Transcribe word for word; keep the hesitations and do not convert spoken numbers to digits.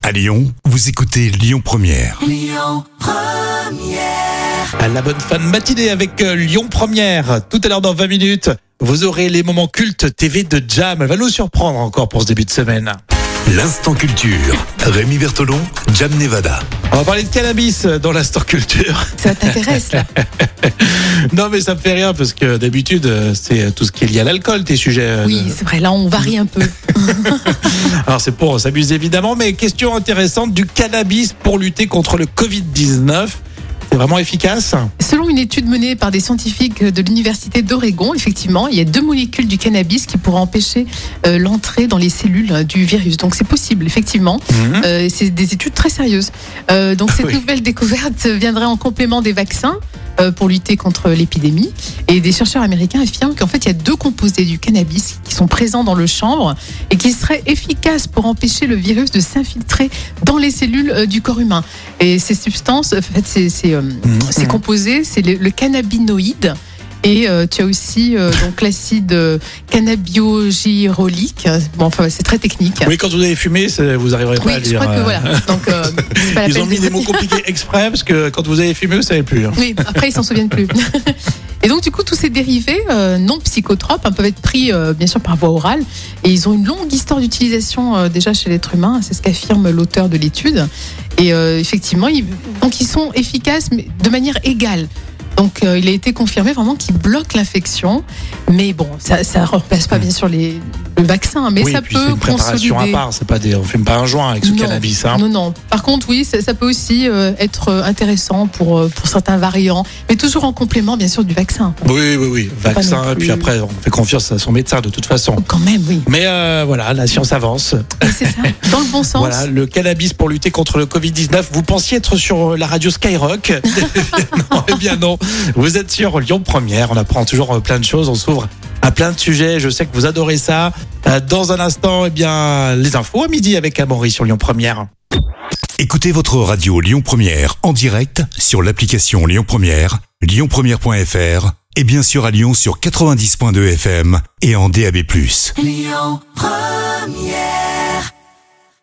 À Lyon, vous écoutez Lyon Première. Lyon Première. À la bonne fin de matinée avec euh, Lyon Première. Tout à l'heure dans vingt minutes, vous aurez les moments cultes T V de Jam. Elle va nous surprendre encore pour ce début de semaine. L'instant culture. Rémi Bertolon, Jam Nevada. On va parler de cannabis dans l'instant culture. Ça t'intéresse là? Non mais ça me fait rien parce que d'habitude c'est tout ce qui est lié à l'alcool, tes sujets. Oui, c'est vrai, là on varie un peu. Alors c'est pour s'amuser évidemment, mais question intéressante du cannabis pour lutter contre le covid dix-neuf. C'est vraiment efficace? Selon une étude menée par des scientifiques de l'université d'Oregon, effectivement, il y a deux molécules du cannabis qui pourraient empêcher euh, l'entrée dans les cellules du virus. Donc c'est possible, effectivement. Mmh. Euh, c'est des études très sérieuses. Euh, donc cette Oui. nouvelle découverte viendrait en complément des vaccins euh, pour lutter contre l'épidémie. Et des chercheurs américains affirment qu'en fait, il y a deux composés du cannabis qui sont présents dans le chanvre et qui seraient efficaces pour empêcher le virus de s'infiltrer dans les cellules euh, du corps humain. Et ces substances, en fait, c'est, c'est, euh, Mmh. c'est composé, c'est le, le cannabinoïde. Et euh, tu as aussi euh, donc l'acide euh, cannabiogyrolique. Bon, enfin, c'est très technique. Oui, quand vous avez fumé, c'est- vous n'arriverez pas Oui, à je lire. crois que euh, voilà. Donc, euh, c'est pas la Ils peine ont mis de- des mots compliqués exprès parce que quand vous avez fumé, vous savez plus. hein. Oui, après ils s'en souviennent plus. Et donc du coup, tous ces dérivés euh, non psychotropes hein, peuvent être pris euh, bien sûr par voie orale et ils ont une longue histoire d'utilisation euh, déjà chez l'être humain. C'est ce qu'affirme l'auteur de l'étude. Et euh, effectivement, ils, donc ils sont efficaces mais de manière égale. Donc euh, il a été confirmé vraiment qu'ils bloquent l'infection, mais bon, ça ça remplace pas bien sûr les le vaccin, mais oui, ça puis peut c'est une préparation consolider. à part. C'est pas des, on fume pas un joint avec ce Non, cannabis. Hein. Non, non. Par contre, oui, ça, ça peut aussi euh, être euh, intéressant pour, euh, pour certains variants, mais toujours en complément, bien sûr, du vaccin. Oui, oui, oui. Pas Vaccin, non et plus. puis après, on fait confiance à son médecin de toute façon. Quand même, oui. Mais euh, voilà, la science avance. Et c'est ça, dans le bon sens. Voilà, le cannabis pour lutter contre le covid dix-neuf. Vous pensiez être sur la radio Skyrock? Non, eh bien non. Vous êtes sur Lyon Première. On apprend toujours plein de choses. On s'ouvre à plein de sujets. Je sais que vous adorez ça. Euh, Dans un instant, eh bien, les infos à midi avec Amaury sur Lyon Première. Écoutez votre radio Lyon Première en direct sur l'application Lyon Première, lyon première point f r et bien sûr à Lyon sur quatre-vingt-dix point deux F M et en D A B plus. Lyon Première.